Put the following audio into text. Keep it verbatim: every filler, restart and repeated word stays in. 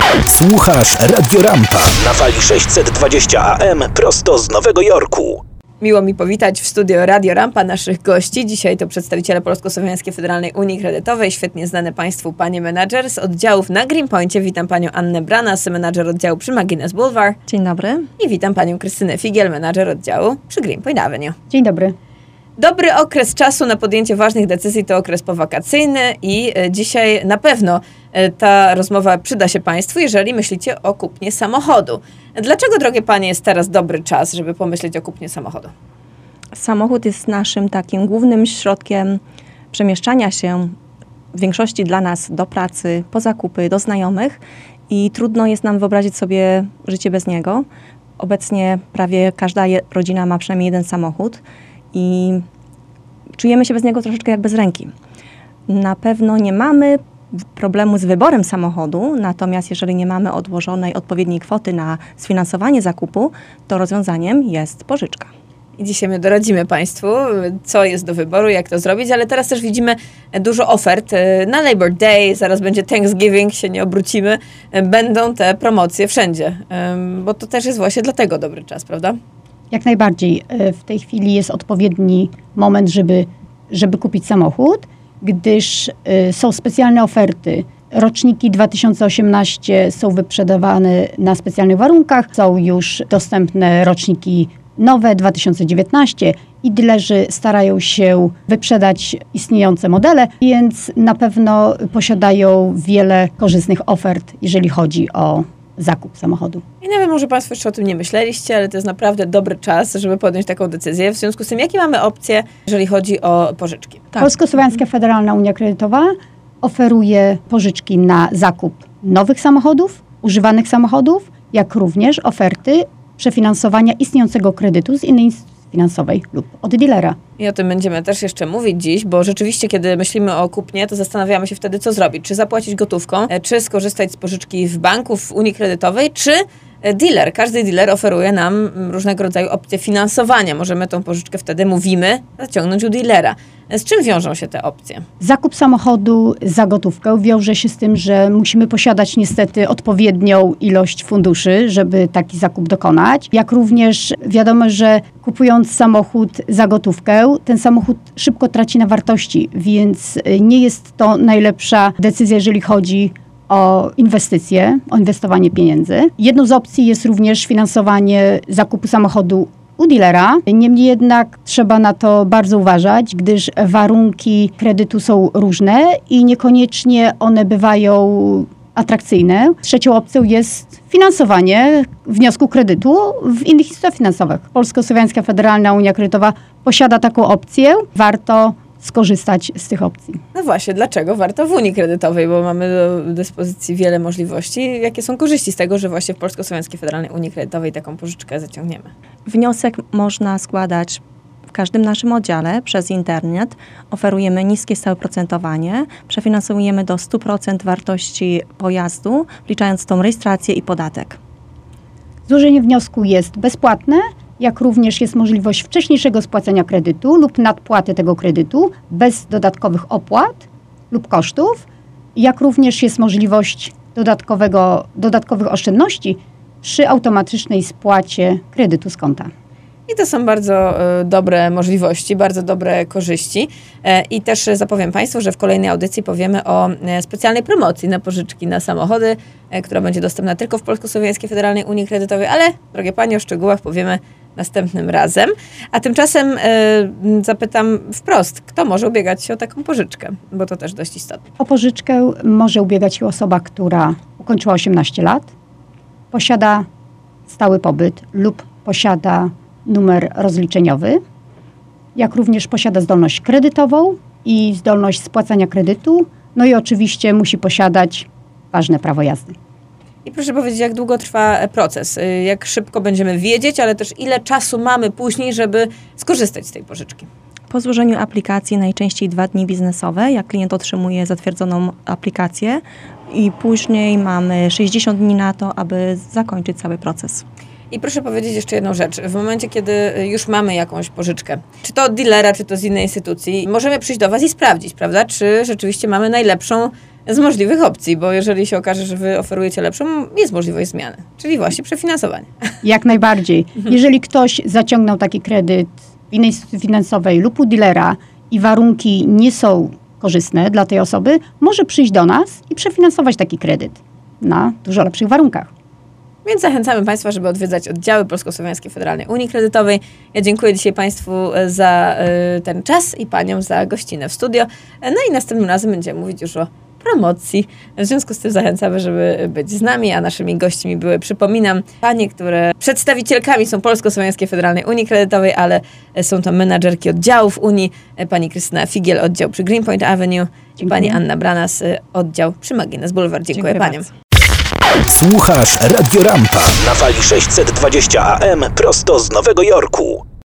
Słuchasz Radio Rampa na fali sześćset dwadzieścia A M prosto z Nowego Jorku. Miło mi powitać w studio Radio Rampa naszych gości. Dzisiaj to przedstawiciele Polsko-Słowiańskiej Federalnej Unii Kredytowej, świetnie znane Państwu panie menadżer z oddziałów na Greenpoincie. Witam panią Annę Branas, menadżer oddziału przy McGuinness Boulevard. Dzień dobry. I witam panią Krystynę Figiel, menadżer oddziału przy Greenpoint Avenue. Dzień dobry. Dobry okres czasu na podjęcie ważnych decyzji to okres powakacyjny i dzisiaj na pewno ta rozmowa przyda się Państwu, jeżeli myślicie o kupnie samochodu. Dlaczego, drogie panie, jest teraz dobry czas, żeby pomyśleć o kupnie samochodu? Samochód jest naszym takim głównym środkiem przemieszczania się w większości dla nas do pracy, po zakupy, do znajomych i trudno jest nam wyobrazić sobie życie bez niego. Obecnie prawie każda je, rodzina ma przynajmniej jeden samochód i czujemy się bez niego troszeczkę jak bez ręki. Na pewno nie mamy problemu z wyborem samochodu, natomiast jeżeli nie mamy odłożonej odpowiedniej kwoty na sfinansowanie zakupu, to rozwiązaniem jest pożyczka. I dzisiaj my doradzimy Państwu, co jest do wyboru, jak to zrobić, ale teraz też widzimy dużo ofert. Na Labor Day, zaraz będzie Thanksgiving, się nie obrócimy, będą te promocje wszędzie, bo to też jest właśnie dlatego dobry czas, prawda? Jak najbardziej. W tej chwili jest odpowiedni moment, żeby, żeby kupić samochód, gdyż y, są specjalne oferty. Roczniki dwa tysiące osiemnaście są wyprzedawane na specjalnych warunkach. Są już dostępne roczniki nowe dwa tysiące dziewiętnaście i dilerzy starają się wyprzedać istniejące modele, więc na pewno posiadają wiele korzystnych ofert, jeżeli chodzi o zakup samochodu. I nawet może Państwo jeszcze o tym nie myśleliście, ale to jest naprawdę dobry czas, żeby podjąć taką decyzję. W związku z tym, jakie mamy opcje, jeżeli chodzi o pożyczki? Tak. Polsko-Słowiańska Federalna Unia Kredytowa oferuje pożyczki na zakup nowych samochodów, używanych samochodów, jak również oferty przefinansowania istniejącego kredytu z innej instytucji finansowej lub od dealera. I o tym będziemy też jeszcze mówić dziś, bo rzeczywiście, kiedy myślimy o kupnie, to zastanawiamy się wtedy, co zrobić. Czy zapłacić gotówką, czy skorzystać z pożyczki w banku, w Unii Kredytowej, czy dealer. Każdy dealer oferuje nam różnego rodzaju opcje finansowania. Możemy tą pożyczkę wtedy, mówimy, zaciągnąć u dealera. Z czym wiążą się te opcje? Zakup samochodu za gotówkę wiąże się z tym, że musimy posiadać niestety odpowiednią ilość funduszy, żeby taki zakup dokonać. Jak również wiadomo, że kupując samochód za gotówkę, ten samochód szybko traci na wartości, więc nie jest to najlepsza decyzja, jeżeli chodzi o inwestycje, o inwestowanie pieniędzy. Jedną z opcji jest również finansowanie zakupu samochodu u dealera. Niemniej jednak trzeba na to bardzo uważać, gdyż warunki kredytu są różne i niekoniecznie one bywają atrakcyjne. Trzecią opcją jest finansowanie wniosku kredytu w innych instytucjach finansowych. Polsko-Słowiańska Federalna Unia Kredytowa posiada taką opcję. Warto skorzystać z tych opcji. No właśnie, dlaczego warto w Unii Kredytowej, bo mamy do dyspozycji wiele możliwości. Jakie są korzyści z tego, że właśnie w Polsko-Słowiańskiej Federalnej Unii Kredytowej taką pożyczkę zaciągniemy? Wniosek można składać w każdym naszym oddziale przez internet. Oferujemy niskie stałe procentowanie. Przefinansujemy do stu procent wartości pojazdu, wliczając tą rejestrację i podatek. Złożenie wniosku jest bezpłatne, jak również jest możliwość wcześniejszego spłacenia kredytu lub nadpłaty tego kredytu bez dodatkowych opłat lub kosztów, jak również jest możliwość dodatkowego, dodatkowych oszczędności przy automatycznej spłacie kredytu z konta. I to są bardzo y, dobre możliwości, bardzo dobre korzyści. E, I też zapowiem Państwu, że w kolejnej audycji powiemy o e, specjalnej promocji na pożyczki na samochody, e, która będzie dostępna tylko w Polsko-Słowiańskiej Federalnej Unii Kredytowej, ale, drogie panie, o szczegółach powiemy następnym razem. A tymczasem e, zapytam wprost, kto może ubiegać się o taką pożyczkę, bo to też dość istotne. O pożyczkę może ubiegać się osoba, która ukończyła osiemnaście lat, posiada stały pobyt lub posiada numer rozliczeniowy, jak również posiada zdolność kredytową i zdolność spłacania kredytu, no i oczywiście musi posiadać ważne prawo jazdy. I proszę powiedzieć, jak długo trwa proces, jak szybko będziemy wiedzieć, ale też ile czasu mamy później, żeby skorzystać z tej pożyczki? Po złożeniu aplikacji najczęściej dwa dni biznesowe, jak klient otrzymuje zatwierdzoną aplikację i później mamy sześćdziesiąt dni na to, aby zakończyć cały proces. I proszę powiedzieć jeszcze jedną rzecz. W momencie, kiedy już mamy jakąś pożyczkę, czy to od dealera, czy to z innej instytucji, możemy przyjść do Was i sprawdzić, prawda, czy rzeczywiście mamy najlepszą z możliwych opcji, bo jeżeli się okaże, że wy oferujecie lepszą, jest możliwość zmiany, czyli właśnie przefinansowanie. Jak najbardziej. Jeżeli ktoś zaciągnął taki kredyt w innej instytucji finansowej lub u dealera i warunki nie są korzystne dla tej osoby, może przyjść do nas i przefinansować taki kredyt na dużo lepszych warunkach. Więc zachęcamy Państwa, żeby odwiedzać oddziały Polsko-Słowiańskiej Federalnej Unii Kredytowej. Ja dziękuję dzisiaj Państwu za y, ten czas i Paniom za gościnę w studio. No i następnym razem będziemy mówić już o promocji. W związku z tym zachęcamy, żeby być z nami, a naszymi gośćmi były, przypominam, panie, które przedstawicielkami są Polsko-Słowiańskiej Federalnej Unii Kredytowej, ale są to menadżerki oddziałów Unii, pani Krystyna Figiel, oddział przy Greenpoint Avenue i pani Anna Branas, oddział przy Magines Boulevard. Dziękuję, Dziękuję paniom. bardzo. Słuchasz Radio Rampa na fali sześćset dwadzieścia A M prosto z Nowego Jorku.